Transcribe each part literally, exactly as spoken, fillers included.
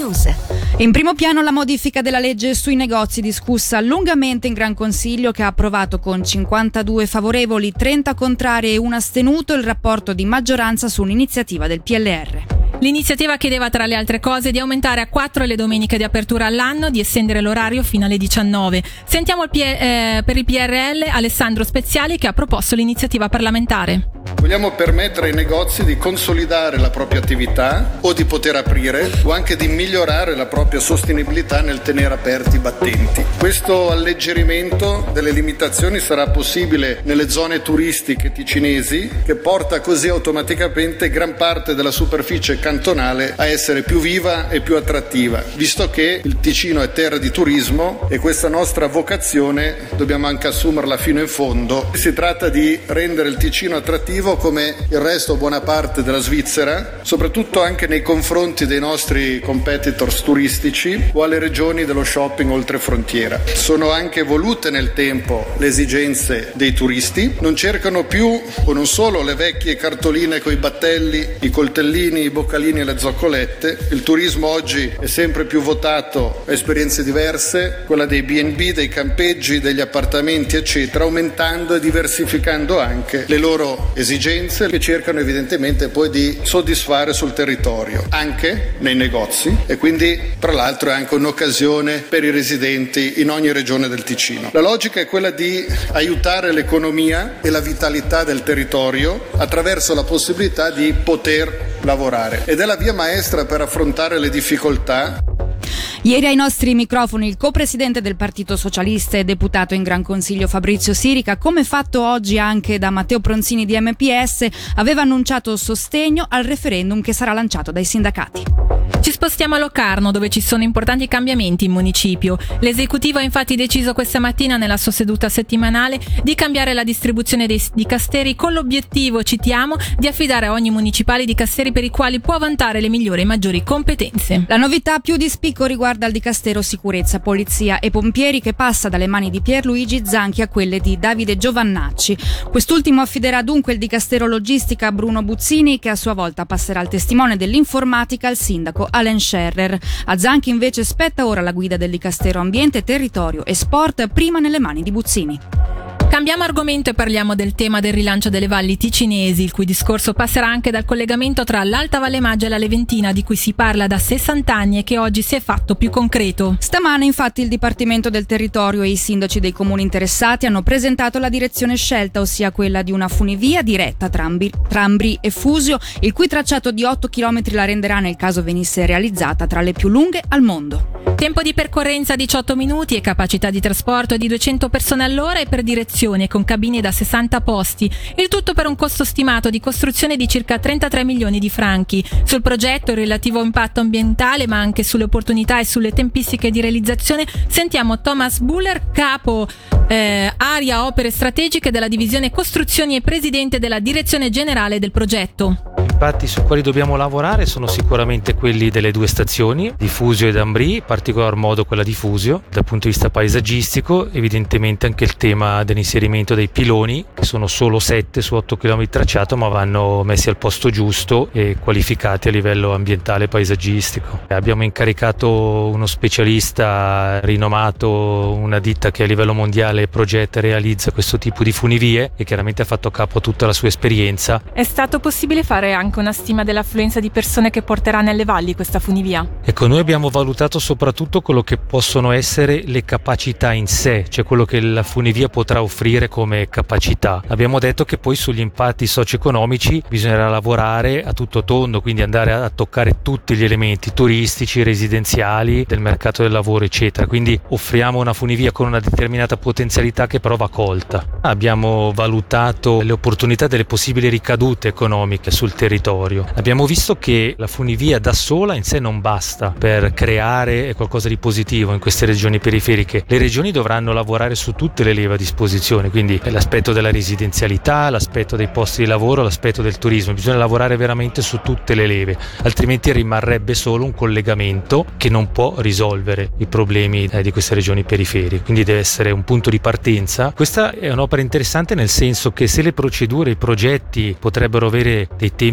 News. In primo piano la modifica della legge sui negozi discussa lungamente in Gran Consiglio, che ha approvato con cinquantadue favorevoli, trenta contrari e un astenuto il rapporto di maggioranza su un'iniziativa del P L R. L'iniziativa chiedeva, tra le altre cose, di aumentare a quattro le domeniche di apertura all'anno, di estendere l'orario fino alle diciannove. Sentiamo il P- eh, per il P R L Alessandro Speziali, che ha proposto l'iniziativa parlamentare. Vogliamo permettere ai negozi di consolidare la propria attività o di poter aprire o anche di migliorare la propria sostenibilità nel tenere aperti i battenti. Questo alleggerimento delle limitazioni sarà possibile nelle zone turistiche ticinesi, che porta così automaticamente gran parte della superficie cantonale a essere più viva e più attrattiva, visto che il Ticino è terra di turismo e questa nostra vocazione dobbiamo anche assumerla fino in fondo. Si tratta di rendere il Ticino attrattivo come il resto, buona parte della Svizzera, soprattutto anche nei confronti dei nostri competitors turistici o alle regioni dello shopping oltre frontiera. Sono anche volute nel tempo le esigenze dei turisti, non cercano più o non solo le vecchie cartoline coi battelli, i coltellini, i boccalini e le zoccolette. Il turismo oggi è sempre più votato a esperienze diverse, quella dei B and B, dei campeggi, degli appartamenti eccetera, aumentando e diversificando anche le loro esigenze, che cercano evidentemente poi di soddisfare sul territorio, anche nei negozi, e quindi tra l'altro è anche un'occasione per i residenti in ogni regione del Ticino. La logica è quella di aiutare l'economia e la vitalità del territorio attraverso la possibilità di poter lavorare, ed è la via maestra per affrontare le difficoltà. Ieri ai nostri microfoni il co-presidente del Partito Socialista e deputato in Gran Consiglio Fabrizio Sirica, come fatto oggi anche da Matteo Pronzini di M P S, aveva annunciato sostegno al referendum che sarà lanciato dai sindacati. Ci spostiamo a Locarno, dove ci sono importanti cambiamenti in municipio. L'esecutivo ha infatti deciso questa mattina, nella sua seduta settimanale, di cambiare la distribuzione dei dicasteri, con l'obiettivo, citiamo, di affidare a ogni municipale i dicasteri per i quali può vantare le migliori e maggiori competenze. La novità più di spicco riguarda il dicastero sicurezza, polizia e pompieri, che passa dalle mani di Pierluigi Zanchi a quelle di Davide Giovannacci. Quest'ultimo affiderà dunque il dicastero logistica a Bruno Buzzini, che a sua volta passerà il testimone dell'informatica al sindaco Alain Scherrer. A Zanchi invece spetta ora la guida del dicastero ambiente, territorio e sport, prima nelle mani di Buzzini. Cambiamo argomento e parliamo del tema del rilancio delle valli ticinesi, il cui discorso passerà anche dal collegamento tra l'Alta Valle Maggia e la Leventina, di cui si parla da sessanta anni e che oggi si è fatto più concreto. Stamane infatti il Dipartimento del Territorio e i sindaci dei comuni interessati hanno presentato la direzione scelta, ossia quella di una funivia diretta tra Ambri, tra Ambri e Fusio, il cui tracciato di otto chilometri la renderà, nel caso venisse realizzata, tra le più lunghe al mondo. Tempo di percorrenza diciotto minuti e capacità di trasporto di duecento persone all'ora, e per direzione con cabine da sessanta posti. Il tutto per un costo stimato di costruzione di circa trentatré milioni di franchi. Sul progetto, il relativo impatto ambientale, ma anche sulle opportunità e sulle tempistiche di realizzazione, sentiamo Thomas Buller, capo eh, area opere strategiche della divisione costruzioni e presidente della direzione generale del progetto. Gli impatti su quali dobbiamo lavorare sono sicuramente quelli delle due stazioni, di Fusio ed Ambri, in particolar modo quella di Fusio. Dal punto di vista paesaggistico, evidentemente anche il tema dell'inserimento dei piloni, che sono solo sette su otto chilometri tracciato, ma vanno messi al posto giusto e qualificati a livello ambientale e paesaggistico. Abbiamo incaricato uno specialista rinomato, una ditta che a livello mondiale progetta e realizza questo tipo di funivie, e chiaramente ha fatto capo a tutta la sua esperienza. È stato possibile fare anche una stima dell'affluenza di persone che porterà nelle valli questa funivia? Ecco, noi abbiamo valutato soprattutto quello che possono essere le capacità in sé, cioè quello che la funivia potrà offrire come capacità. Abbiamo detto che poi sugli impatti socio-economici bisognerà lavorare a tutto tondo, quindi andare a toccare tutti gli elementi turistici, residenziali, del mercato del lavoro eccetera, quindi offriamo una funivia con una determinata potenzialità che però va colta. Abbiamo valutato le opportunità delle possibili ricadute economiche sul territorio. Abbiamo visto che la funivia da sola in sé non basta per creare qualcosa di positivo in queste regioni periferiche. Le regioni dovranno lavorare su tutte le leve a disposizione, quindi l'aspetto della residenzialità, l'aspetto dei posti di lavoro, l'aspetto del turismo. Bisogna lavorare veramente su tutte le leve, altrimenti rimarrebbe solo un collegamento che non può risolvere i problemi eh, di queste regioni periferiche, quindi deve essere un punto di partenza. Questa è un'opera interessante nel senso che se le procedure, i progetti potrebbero avere dei tempi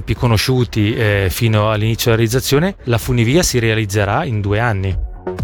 tempi conosciuti eh, fino all'inizio della realizzazione, la funivia si realizzerà in due anni.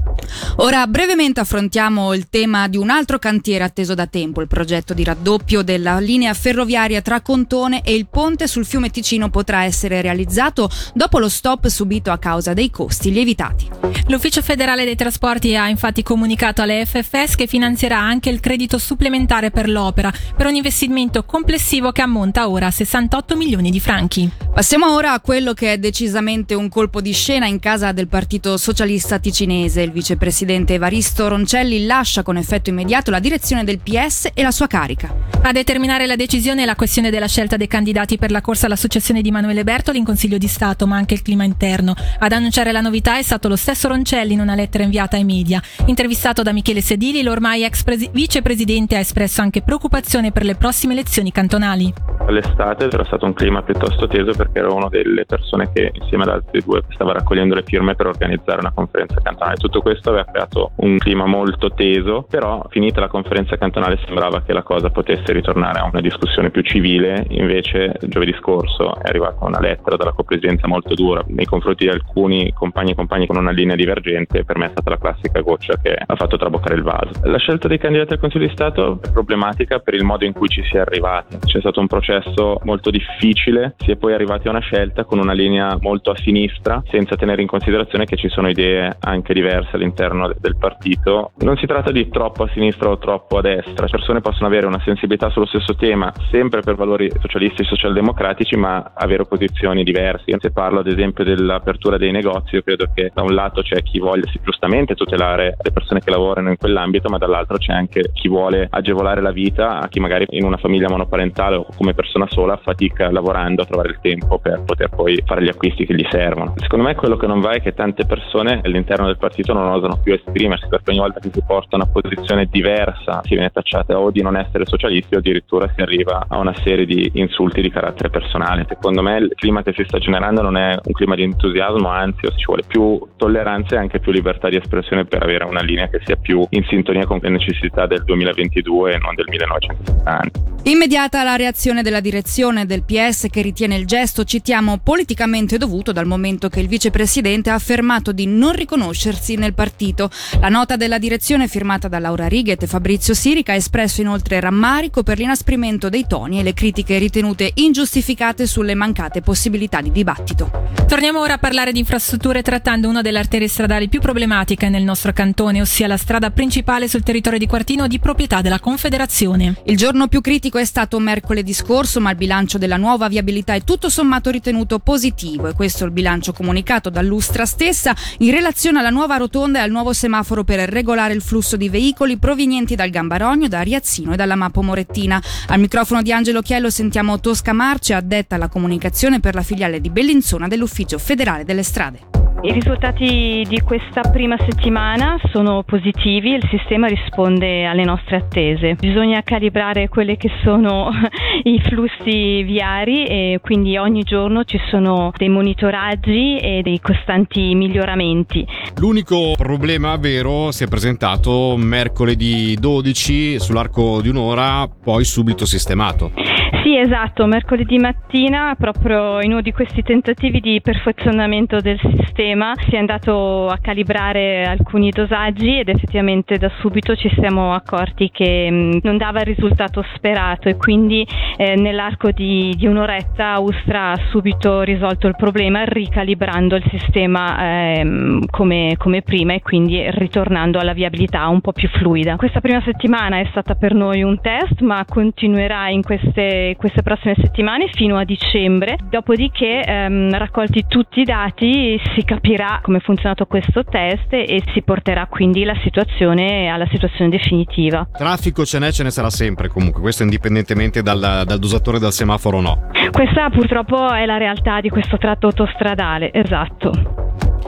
Ora brevemente affrontiamo il tema di un altro cantiere atteso da tempo, il progetto di raddoppio della linea ferroviaria tra Contone e il ponte sul fiume Ticino potrà essere realizzato dopo lo stop subito a causa dei costi lievitati. L'Ufficio federale dei trasporti ha infatti comunicato alle F F S che finanzierà anche il credito supplementare per l'opera, per un investimento complessivo che ammonta ora a sessantotto milioni di franchi. Passiamo ora a quello che è decisamente un colpo di scena in casa del Partito Socialista Ticinese. Il vicepresidente Evaristo Roncelli lascia con effetto immediato la direzione del P S e la sua carica. A determinare la decisione è la questione della scelta dei candidati per la corsa alla successione di Emanuele Bertoli in Consiglio di Stato, ma anche il clima interno. Ad annunciare la novità è stato lo stesso Roncelli in una lettera inviata ai media. Intervistato da Michele Sedili, l'ormai ex presi- vicepresidente ha espresso anche preoccupazione per le prossime elezioni cantonali. All'estate era stato un clima piuttosto teso perché ero una delle persone che insieme ad altri due stava raccogliendo le firme per organizzare una conferenza cantonale. Tutto questo aveva creato un clima molto teso, però finita la conferenza cantonale sembrava che la cosa potesse ritornare a una discussione più civile. Invece giovedì scorso è arrivata una lettera dalla copresidenza molto dura nei confronti di alcuni compagni e compagni con una linea divergente, e per me è stata la classica goccia che ha fatto traboccare il vaso. La scelta dei candidati al Consiglio di Stato è problematica per il modo in cui ci si è arrivati. C'è stato un processo molto difficile, si è poi arrivati a una scelta con una linea molto a sinistra, senza tenere in considerazione che ci sono idee anche diverse all'interno del partito. Non si tratta di troppo a sinistra o troppo a destra, le persone possono avere una sensibilità sullo stesso tema, sempre per valori socialisti e socialdemocratici, ma avere posizioni diverse. Se parlo ad esempio dell'apertura dei negozi, io credo che da un lato c'è chi voglia giustamente tutelare le persone che lavorano in quell'ambito, ma dall'altro c'è anche chi vuole agevolare la vita a chi magari in una famiglia monoparentale o come persona sola fatica lavorando a trovare il tempo per poter poi fare gli acquisti che gli servono. Secondo me quello che non va è che tante persone all'interno del partito non osano più esprimersi, perché ogni volta che si porta una posizione diversa si viene tacciata o di non essere socialisti o addirittura si arriva a una serie di insulti di carattere personale. Secondo me il clima che si sta generando non è un clima di entusiasmo, anzi ci vuole più tolleranza e anche più libertà di espressione per avere una linea che sia più in sintonia con le necessità del duemilaventidue e non del millenovecentosettanta. Immediata la reazione della direzione del P S, che ritiene il gesto, citiamo, politicamente dovuto, dal momento che il vicepresidente ha affermato di non riconoscersi nel partito. La nota della direzione, firmata da Laura Righet e Fabrizio Sirica, ha espresso inoltre rammarico per l'inasprimento dei toni e le critiche ritenute ingiustificate sulle mancate possibilità di dibattito. Torniamo ora a parlare di infrastrutture, trattando una delle arterie stradali più problematiche nel nostro cantone, ossia la strada principale sul territorio di Quartino di proprietà della Confederazione. Il giorno più critico è stato mercoledì scorso, ma il bilancio della nuova viabilità è tutto sommato ritenuto positivo, e questo è il bilancio comunicato dall'Ustra stessa in relazione alla nuova rotonda e al nuovo semaforo per regolare il flusso di veicoli provenienti dal Gambarogno, da Riazzino e dalla Mapo Morettina. Al microfono di Angelo Chiello sentiamo Tosca Marce, addetta alla comunicazione per la filiale di Bellinzona dell'Ufficio federale delle strade. I risultati di questa prima settimana sono positivi, il sistema risponde alle nostre attese. Bisogna calibrare quelli che sono i flussi viari e quindi ogni giorno ci sono dei monitoraggi e dei costanti miglioramenti. L'unico problema vero si è presentato mercoledì dodici sull'arco di un'ora, poi subito sistemato. Sì, esatto, mercoledì mattina, proprio in uno di questi tentativi di perfezionamento del sistema, si è andato a calibrare alcuni dosaggi ed effettivamente da subito ci siamo accorti che mh, non dava il risultato sperato, e quindi eh, nell'arco di, di un'oretta Ustra ha subito risolto il problema ricalibrando il sistema eh, come, come prima, e quindi ritornando alla viabilità un po' più fluida. Questa prima settimana è stata per noi un test, ma continuerà in queste queste prossime settimane fino a dicembre, dopodiché ehm, raccolti tutti i dati si capirà come è funzionato questo test e si porterà quindi la situazione alla situazione definitiva. Traffico ce n'è, ce ne sarà sempre comunque, questo indipendentemente dal, dal dosatore del semaforo o no. Questa purtroppo è la realtà di questo tratto autostradale, esatto.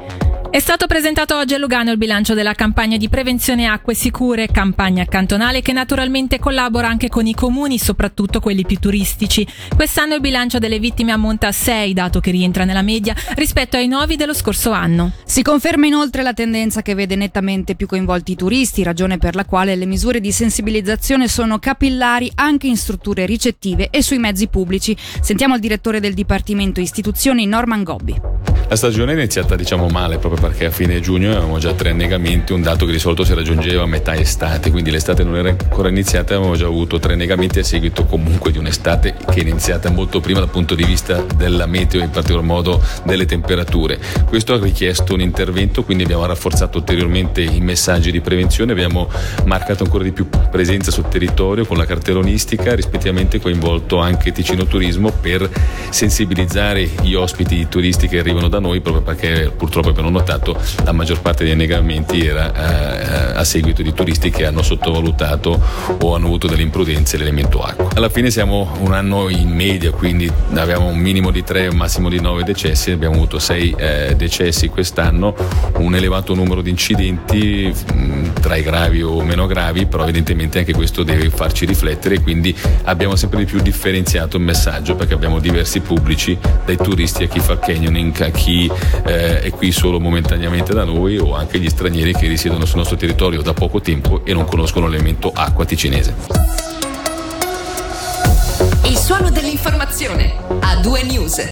È stato presentato oggi a Lugano il bilancio della campagna di prevenzione acque sicure, campagna cantonale che naturalmente collabora anche con i comuni, soprattutto quelli più turistici. Quest'anno il bilancio delle vittime ammonta a sei, dato che rientra nella media rispetto ai nove dello scorso anno. Si conferma inoltre la tendenza che vede nettamente più coinvolti i turisti, ragione per la quale le misure di sensibilizzazione sono capillari anche in strutture ricettive e sui mezzi pubblici. Sentiamo il direttore del Dipartimento Istituzioni, Norman Gobbi. La stagione è iniziata diciamo male, proprio perché a fine giugno avevamo già tre annegamenti, un dato che di solito si raggiungeva a metà estate, quindi l'estate non era ancora iniziata, avevamo già avuto tre annegamenti a seguito comunque di un'estate che è iniziata molto prima dal punto di vista della meteo e in particolar modo delle temperature. Questo ha richiesto un intervento, quindi abbiamo rafforzato ulteriormente i messaggi di prevenzione, abbiamo marcato ancora di più presenza sul territorio con la cartellonistica, rispettivamente coinvolto anche Ticino Turismo per sensibilizzare gli ospiti turisti che arrivano da noi, proprio perché purtroppo abbiamo notato la maggior parte degli annegamenti era eh, a seguito di turisti che hanno sottovalutato o hanno avuto delle imprudenze l'elemento acqua. Alla fine siamo un anno in media, quindi abbiamo un minimo di tre, un massimo di nove decessi, abbiamo avuto sei eh, decessi quest'anno, un elevato numero di incidenti mh, tra i gravi o meno gravi, però evidentemente anche questo deve farci riflettere, quindi abbiamo sempre di più differenziato il messaggio, perché abbiamo diversi pubblici, dai turisti a chi fa canyoning, a chi eh, è qui solo momentaneamente da noi, o anche gli stranieri che risiedono sul nostro territorio da poco tempo e non conoscono l'elemento acqua ticinese. Il suono dell'informazione a due News.